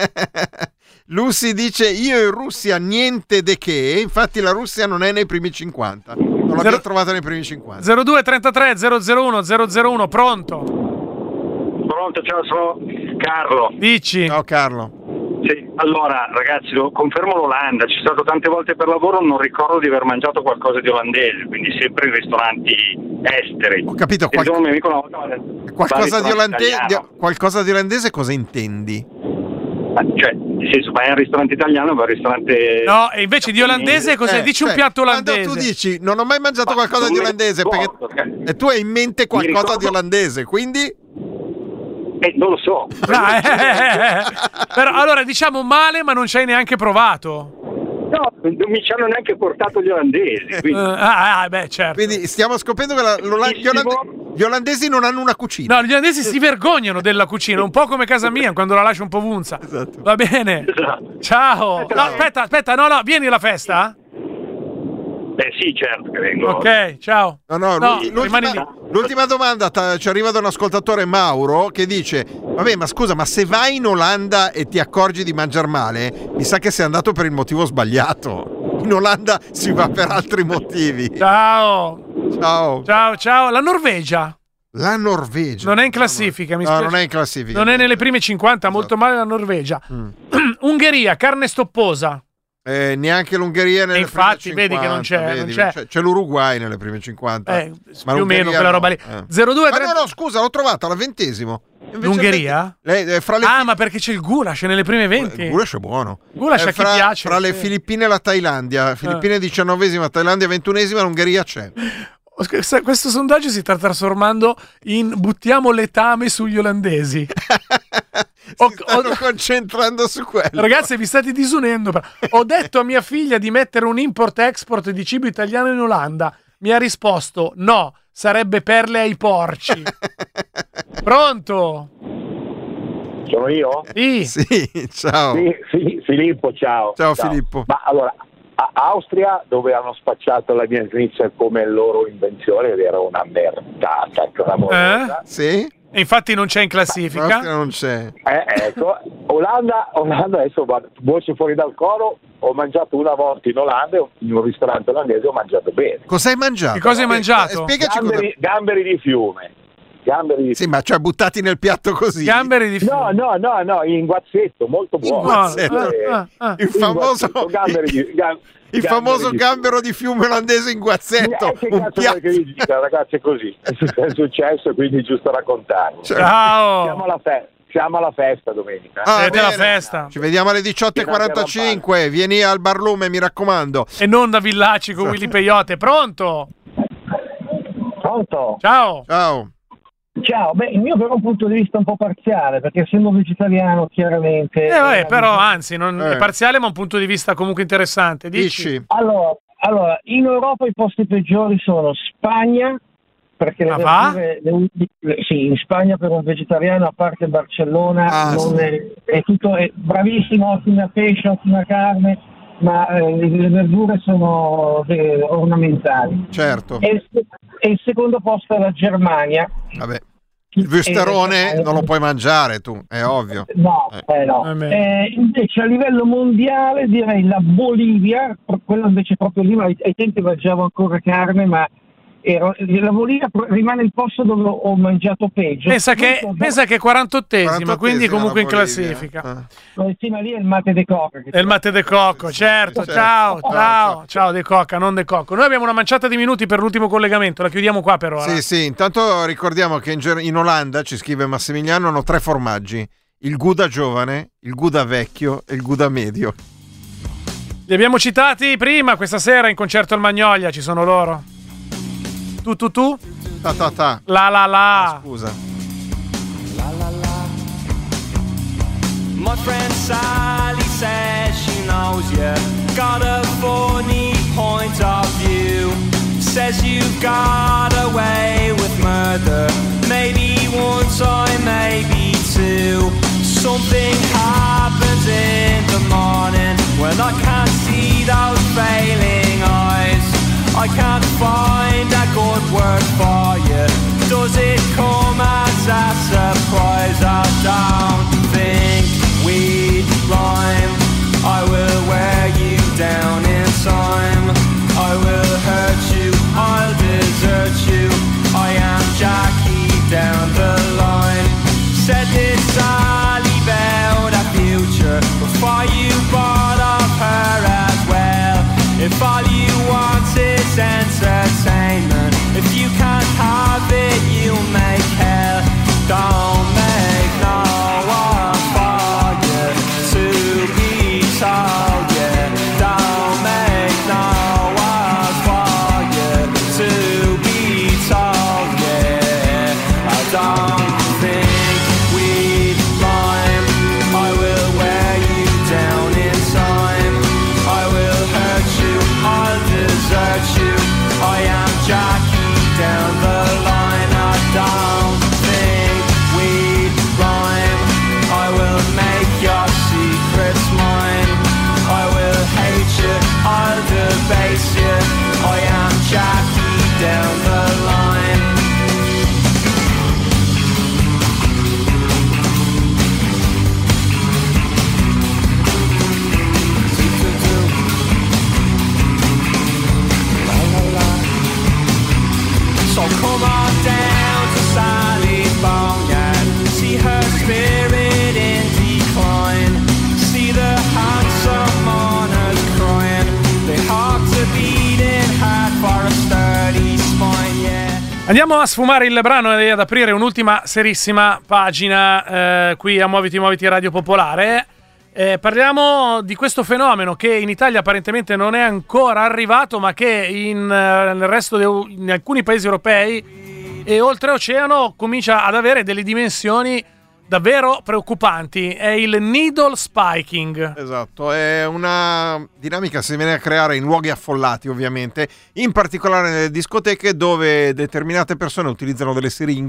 Lucy dice io in Russia niente de che, infatti la Russia non è nei primi cinquanta, non l'abbiamo Zero- trovata nei primi cinquanta. zero due trentatré zero zero uno zero zero uno, pronto? Pronto, ciao, sono Carlo. Dici? Ciao Carlo. Sì, allora ragazzi, lo confermo l'Olanda, ci sono stato tante volte per lavoro, non ricordo di aver mangiato qualcosa di olandese, quindi sempre in ristoranti esteri. Ho capito, E qual- un mio amico una volta va- qualcosa, va di al olande- ristorante di- qualcosa di olandese cosa intendi? italiano. Cioè, nel senso, vai al ristorante italiano, vai al ristorante... No, e invece di olandese cosa Eh, dici? cioè, Un piatto quando olandese. tu dici non ho mai mangiato Ma qualcosa non di mi olandese ricordo, perché... ok. e tu hai in mente qualcosa ricordo- di olandese, quindi Eh, non lo so. Ah, eh, eh, eh. Però allora diciamo male, ma non ci hai neanche provato. No, non mi ci hanno neanche portato gli olandesi, Eh, quindi... ah, ah, beh, certo. quindi stiamo scoprendo che la- l'Ola- gli, olande- gli olandesi non hanno una cucina. No, gli olandesi si vergognano della cucina, un po' come casa mia quando la lascio un po' vunza. Esatto. Va bene. Esatto. Ciao. No, aspetta, aspetta, no, no, vieni alla festa? Beh sì, certo che vengo. Ok, ciao. No, no, No, l'ultima, rimani lì. l'ultima domanda ta- ci arriva da un ascoltatore, Mauro, che dice vabbè ma scusa, ma se vai in Olanda e ti accorgi di mangiar male, mi sa che sei andato per il motivo sbagliato. In Olanda si va per altri motivi. Ciao. Ciao. Ciao, ciao. La Norvegia La Norvegia. non è in classifica, mi No, spiace. non è in classifica. Non è nelle prime cinquanta, molto male la Norvegia. Mm. Ungheria, carne stopposa. Eh, neanche l'Ungheria nelle E infatti, prime vedi che non cinquanta, c'è, non vedi, c'è. c'è. C'è l'Uruguay nelle prime cinquanta. Eh, Ma più o meno l'Ungheria quella no. roba lì. Eh. zero due Ma tre no, no, scusa, l'ho trovata alla ventesimo. Invece L'Ungheria? le- le- fra le Ah, ma perché c'è il goulash nelle prime venti? Il goulash è buono. Goulash Eh, a chi fra, piace. fra le sì. Filippine e la Thailandia. Filippine diciannovesima, Thailandia ventunesima, l'Ungheria c'è. Questo questo sondaggio si sta trasformando in buttiamo letame sugli olandesi. Si Ho- stanno ho- concentrando su quello. Ragazzi, vi state disunendo. però. Ho detto a mia figlia di mettere un import-export di cibo italiano in Olanda. Mi ha risposto no, sarebbe perle ai porci. Pronto? Sono io? Sì. Sì, ciao. Sì, sì, Filippo, ciao. Ciao, Filippo. Ma allora, a Austria, dove hanno spacciato la mia Schnitzel come loro invenzione, ed era una merdata clamorosa. Eh? Sì? E infatti non c'è in classifica. Non c'è. Eh, ecco, Olanda, Olanda adesso va, voce fuori dal coro. Ho mangiato una volta in Olanda, in un ristorante olandese, ho mangiato bene. Cos'hai mangiato? Che cosa hai mangiato? Spiegaci Gamberi, cosa... gamberi di fiume. Gamberi di Sì, ma cioè buttati nel piatto così. Gamberi di fiume. No, no, no, no, in guazzetto, molto buono. In guazzetto. Eh, Ah, ah, ah. Il famoso... Gamberi di, gam, Il famoso di gambero di fiume olandese in guazzetto. Eh, che un cazzo piatto... vuoi che vi dica, ragazzi, è così. È successo, quindi è giusto raccontarlo. Cioè... Ciao. Siamo alla, fe- siamo alla festa domenica. Ah, Siete alla bene. festa. Ci vediamo alle diciotto e quarantacinque. Vieni al Barlume, mi raccomando. E non da Villacci con Willy Peyote. Pronto? Pronto? Ciao. Ciao. Ciao, beh, il mio però è un punto di vista un po' parziale, perché essendo vegetariano chiaramente... Eh, vabbè, eh, però anzi, non Eh. è parziale, ma un punto di vista comunque interessante. Dici? Dici? Allora, allora, in Europa i posti peggiori sono Spagna, perché le Ma va? verdure, le- le- sì, in Spagna per un vegetariano, a parte Barcellona, Ah, non sì. è, è tutto è bravissimo, ottima pesce, ottima carne, ma eh, le verdure sono eh, ornamentali. Certo. E il, se- e il secondo posto è la Germania. Vabbè. Il Wusterone Eh, non lo puoi mangiare tu, è ovvio. No, Eh. eh, no. Eh, beh. Eh, invece a livello mondiale direi la Bolivia, pro- quello invece proprio lì, ma ai, ai tempi mangiavo ancora carne, ma ero, la Bolivia pro- rimane il posto dove ho mangiato peggio. Pensa che, Tutto- pensa che è quarantottesima, quindi quarantottesima comunque in la Bolivia. classifica. Ah. Eh, sì, ma lì è il mate de coca. che È il matte de cocco, certo. Certo. Ciao, Ciao, ciao, ciao. ciao de cocca, non de cocco. Noi abbiamo una manciata di minuti per l'ultimo collegamento, la chiudiamo qua per ora. Sì, sì, intanto ricordiamo che in, Ger- in Olanda, ci scrive Massimiliano, hanno tre formaggi. Il Gouda giovane, il Gouda vecchio e il Gouda medio. Li abbiamo citati prima, questa sera in concerto al Magnolia, ci sono loro. Tu, tu, tu? Ta ta ta. La la la. Ah, scusa. My friend Sally says she knows you got a funny point of view. Says you got away with murder, maybe one time, maybe two. Something happens in the morning when I can't see those failing eyes. I can't find a good word for you. Does it come as a surprise? I don't think we'd rhyme. I will wear you down in time. I will hurt you, I'll desert you. I am Jackie down the line. Said this Sally about a future before you bought off her as well. If all you want is entertainment, if you can't have it, you make hell. Don't make no one for you to be told, yeah. Don't make no one for you to be told, yeah. I don't think we'd rhyme. I will wear you down in time. I will hurt you, I'll desert you. I am Jackie down the line. I don't think we'd rhyme. I will make your secrets mine. I will hate you, I'll debase you. I am Jackie down the line. So come on down to Sally's Boneyard. See her spirit in decline. See the handsome mourners crying. They heart to beating hard for a sturdy spine, yeah. Andiamo a sfumare il brano e ad aprire un'ultima serissima pagina eh, qui a Muoviti Muoviti Radio Popolare. Eh, parliamo di questo fenomeno che in Italia apparentemente non è ancora arrivato, ma che in, eh, nel resto de, in alcuni paesi europei e oltreoceano comincia ad avere delle dimensioni davvero preoccupanti. È il needle spiking. Esatto, è una dinamica che si viene a creare in luoghi affollati, ovviamente, in particolare nelle discoteche dove determinate persone utilizzano delle siringhe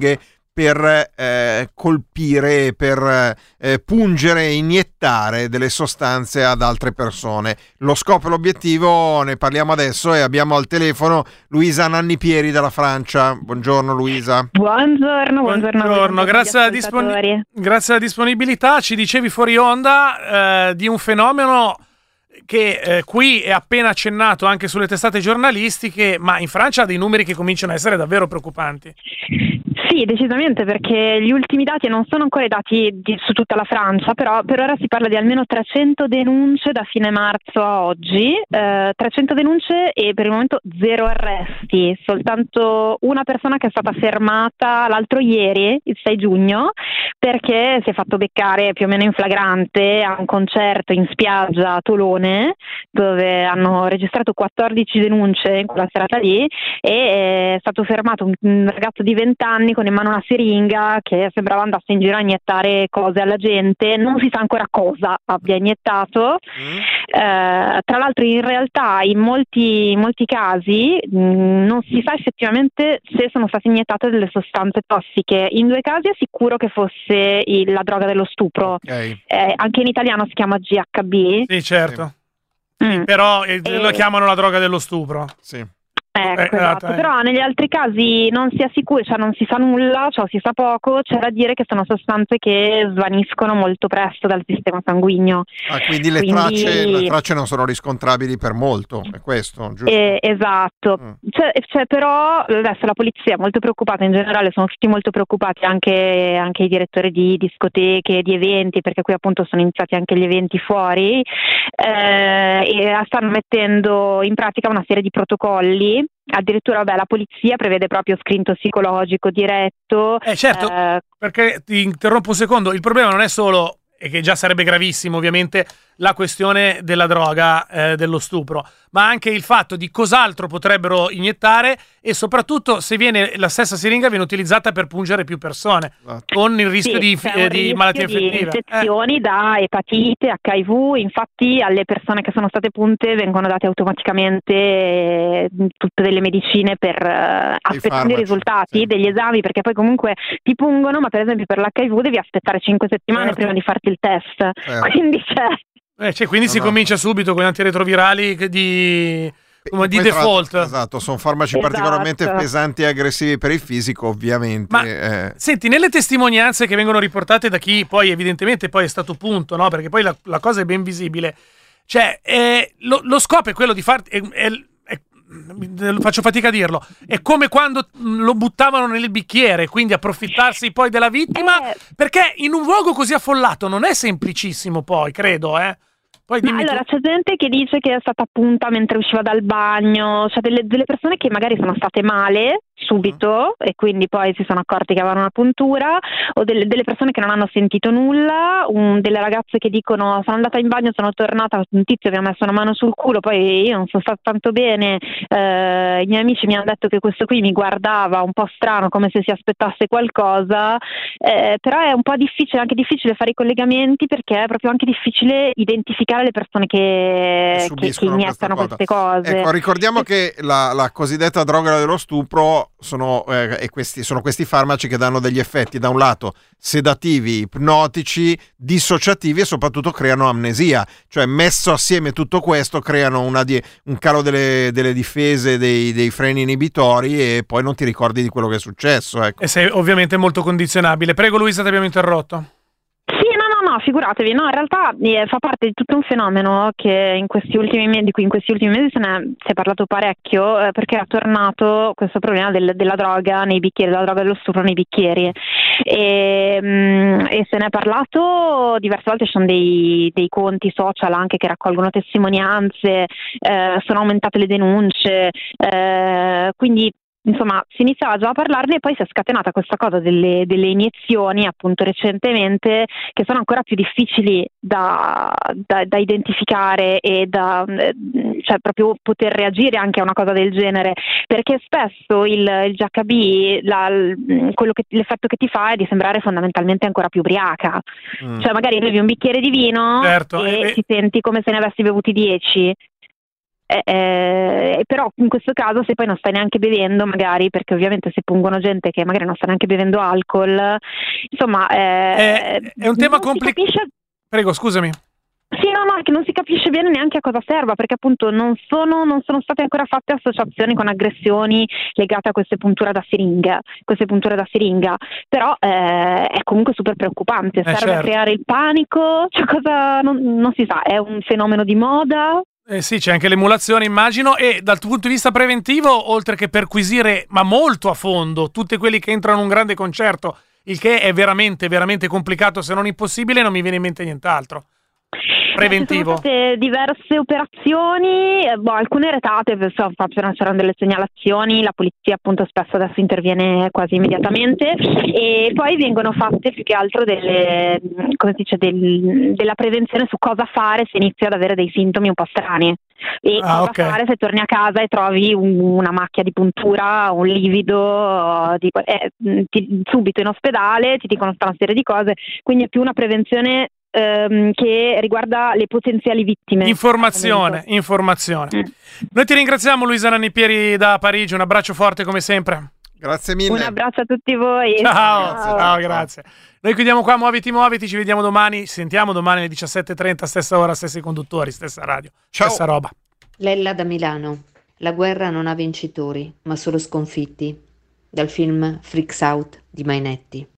per eh, colpire, per eh, pungere e iniettare delle sostanze ad altre persone. Lo scopo e l'obiettivo ne parliamo adesso e abbiamo al telefono Luisa Nannipieri dalla Francia. Buongiorno Luisa. Buongiorno, buongiorno. buongiorno. Grazie, alla disponi- grazie alla disponibilità. Ci dicevi fuori onda eh, di un fenomeno che eh, qui è appena accennato anche sulle testate giornalistiche, ma in Francia ha dei numeri che cominciano a essere davvero preoccupanti. Sì, decisamente, perché gli ultimi dati non sono ancora i dati di, su tutta la Francia, però per ora si parla di almeno trecento denunce da fine marzo a oggi, eh, trecento denunce e per il momento zero arresti, soltanto una persona che è stata fermata l'altro ieri, il sei giugno, perché si è fatto beccare più o meno in flagrante a un concerto in spiaggia a Tolone, dove hanno registrato quattordici denunce in quella serata lì, e è stato fermato un, un ragazzo di venti anni con in mano una siringa che sembrava andasse in giro a iniettare cose alla gente, non si sa ancora cosa abbia iniettato. Mm. Eh, tra l'altro in realtà in molti, in molti casi mh, non si sa effettivamente se sono state iniettate delle sostanze tossiche. In due casi è sicuro che fosse il, la droga dello stupro. Okay. Eh, anche in italiano si chiama G H B. Sì, certo. Mm. Però eh, e... lo chiamano la droga dello stupro. Sì. Ecco, Eh, esatto. eh. Però negli altri casi non si è sicuri, cioè non si sa nulla, cioè si sa poco, c'è da dire che sono sostanze che svaniscono molto presto dal sistema sanguigno. Ah, quindi le, quindi... Tracce, le tracce non sono riscontrabili per molto, è questo, giusto? Eh, esatto, mm. c'è, c'è però adesso la polizia è molto preoccupata, in generale sono tutti molto preoccupati, anche, anche i direttori di discoteche, di eventi, perché qui appunto sono iniziati anche gli eventi fuori, eh, e stanno mettendo in pratica una serie di protocolli. Addirittura vabbè, la polizia prevede proprio screen tossicologico diretto. Eh certo, eh, perché ti interrompo un secondo, il problema non è solo, e che già sarebbe gravissimo ovviamente, la questione della droga, eh, dello stupro, ma anche il fatto di cos'altro potrebbero iniettare e soprattutto se viene la stessa siringa viene utilizzata per pungere più persone, con il rischio sì, di, c'è eh, di rischio malattie di infettive. infezioni eh. da epatite, H I V, infatti alle persone che sono state punte vengono date automaticamente eh, tutte delle medicine per eh, aspettare i risultati sì. degli esami, perché poi comunque ti pungono, ma per esempio per l'H I V devi aspettare cinque settimane certo. prima di farti il test, certo. quindi c'è... Eh, cioè, quindi no, si no. comincia subito con gli antiretrovirali di, come di poi, default. Esatto, sono farmaci esatto. particolarmente pesanti e aggressivi per il fisico, ovviamente. Ma eh. senti, nelle testimonianze che vengono riportate da chi poi evidentemente poi è stato punto, no? Perché poi la, la cosa è ben visibile. Cioè, eh, lo, lo scopo è quello di far... È, è, è, faccio fatica a dirlo. È come quando lo buttavano nel bicchiere, quindi approfittarsi poi della vittima, eh. perché in un luogo così affollato non è semplicissimo poi, credo, eh. Poi dimmi allora tu. C'è gente che dice che è stata punta mentre usciva dal bagno, cioè delle, delle persone che magari sono state male subito e quindi poi si sono accorti che avevano una puntura, o delle, delle persone che non hanno sentito nulla, un, delle ragazze che dicono sono andata in bagno, sono tornata, un tizio mi ha messo una mano sul culo, poi io non sono stata tanto bene, eh, i miei amici mi hanno detto che questo qui mi guardava un po' strano, come se si aspettasse qualcosa, eh, però è un po' difficile, anche difficile fare i collegamenti, perché è proprio anche difficile identificare le persone che, che, che iniettano queste cose. Ecco, ricordiamo che la, la cosiddetta droga dello stupro sono, eh, e questi, sono questi farmaci che danno degli effetti, da un lato sedativi, ipnotici, dissociativi e soprattutto creano amnesia, cioè messo assieme tutto questo creano una di, un calo delle, delle difese, dei, dei freni inibitori e poi non ti ricordi di quello che è successo. Ecco. E sei ovviamente molto condizionabile. Prego Luisa, ti abbiamo interrotto. No, figuratevi, no, in realtà eh, fa parte di tutto un fenomeno che in questi ultimi mesi, di cui in questi ultimi mesi se ne si è parlato parecchio, eh, perché è tornato questo problema del, della droga nei bicchieri, della droga dello stupro nei bicchieri. E, mh, e se ne è parlato diverse volte, ci sono dei, dei conti social anche che raccolgono testimonianze, eh, sono aumentate le denunce, eh, quindi insomma si iniziava già a parlarne e poi si è scatenata questa cosa delle, delle iniezioni appunto recentemente, che sono ancora più difficili da, da, da identificare e da cioè proprio poter reagire anche a una cosa del genere, perché spesso il, il G H B la, quello che, l'effetto che ti fa è di sembrare fondamentalmente ancora più ubriaca, mm. cioè magari bevi un bicchiere di vino certo. e e... ti senti come se ne avessi bevuti dieci. Eh, eh, però in questo caso se poi non stai neanche bevendo, magari, perché ovviamente se pungono gente che magari non sta neanche bevendo alcol, insomma eh, è, è un tema complicato. Prego, scusami. Sì, no, no, che non si capisce bene neanche a cosa serva, perché appunto non sono, non sono state ancora fatte associazioni con aggressioni legate a queste punture da siringa, queste punture da siringa, però eh, è comunque super preoccupante, eh, serve certo. a creare il panico, cioè cosa non, non si sa, è un fenomeno di moda. Eh sì, c'è anche l'emulazione, immagino, e dal punto di vista preventivo, oltre che perquisire, ma molto a fondo, tutti quelli che entrano in un grande concerto, il che è veramente, veramente complicato, se non impossibile, non mi viene in mente nient'altro. Preventivo. Ci sono state diverse operazioni, eh, boh, alcune retate, appena c'erano delle segnalazioni, la polizia appunto spesso adesso interviene quasi immediatamente, e poi vengono fatte più che altro delle, come si dice, del, della prevenzione su cosa fare se inizi ad avere dei sintomi un po' strani. E ah, cosa okay. fare se torni a casa e trovi un, una macchia di puntura, un livido, di, eh, ti, subito in ospedale ti dicono tutta una serie di cose, quindi è più una prevenzione ehm, che riguarda le potenziali vittime. Informazione, informazione. Mm. Noi ti ringraziamo, Luisa Nannipieri da Parigi, un abbraccio forte come sempre. Grazie mille. Un abbraccio a tutti voi. Ciao, ciao, ciao, grazie. Noi chiudiamo qua, muoviti, muoviti, ci vediamo domani, ci sentiamo domani alle diciassette e trenta, stessa ora, stessi conduttori, stessa radio, ciao. Stessa roba. Lella da Milano. La guerra non ha vincitori, ma solo sconfitti. Dal film Freaks Out di Mainetti.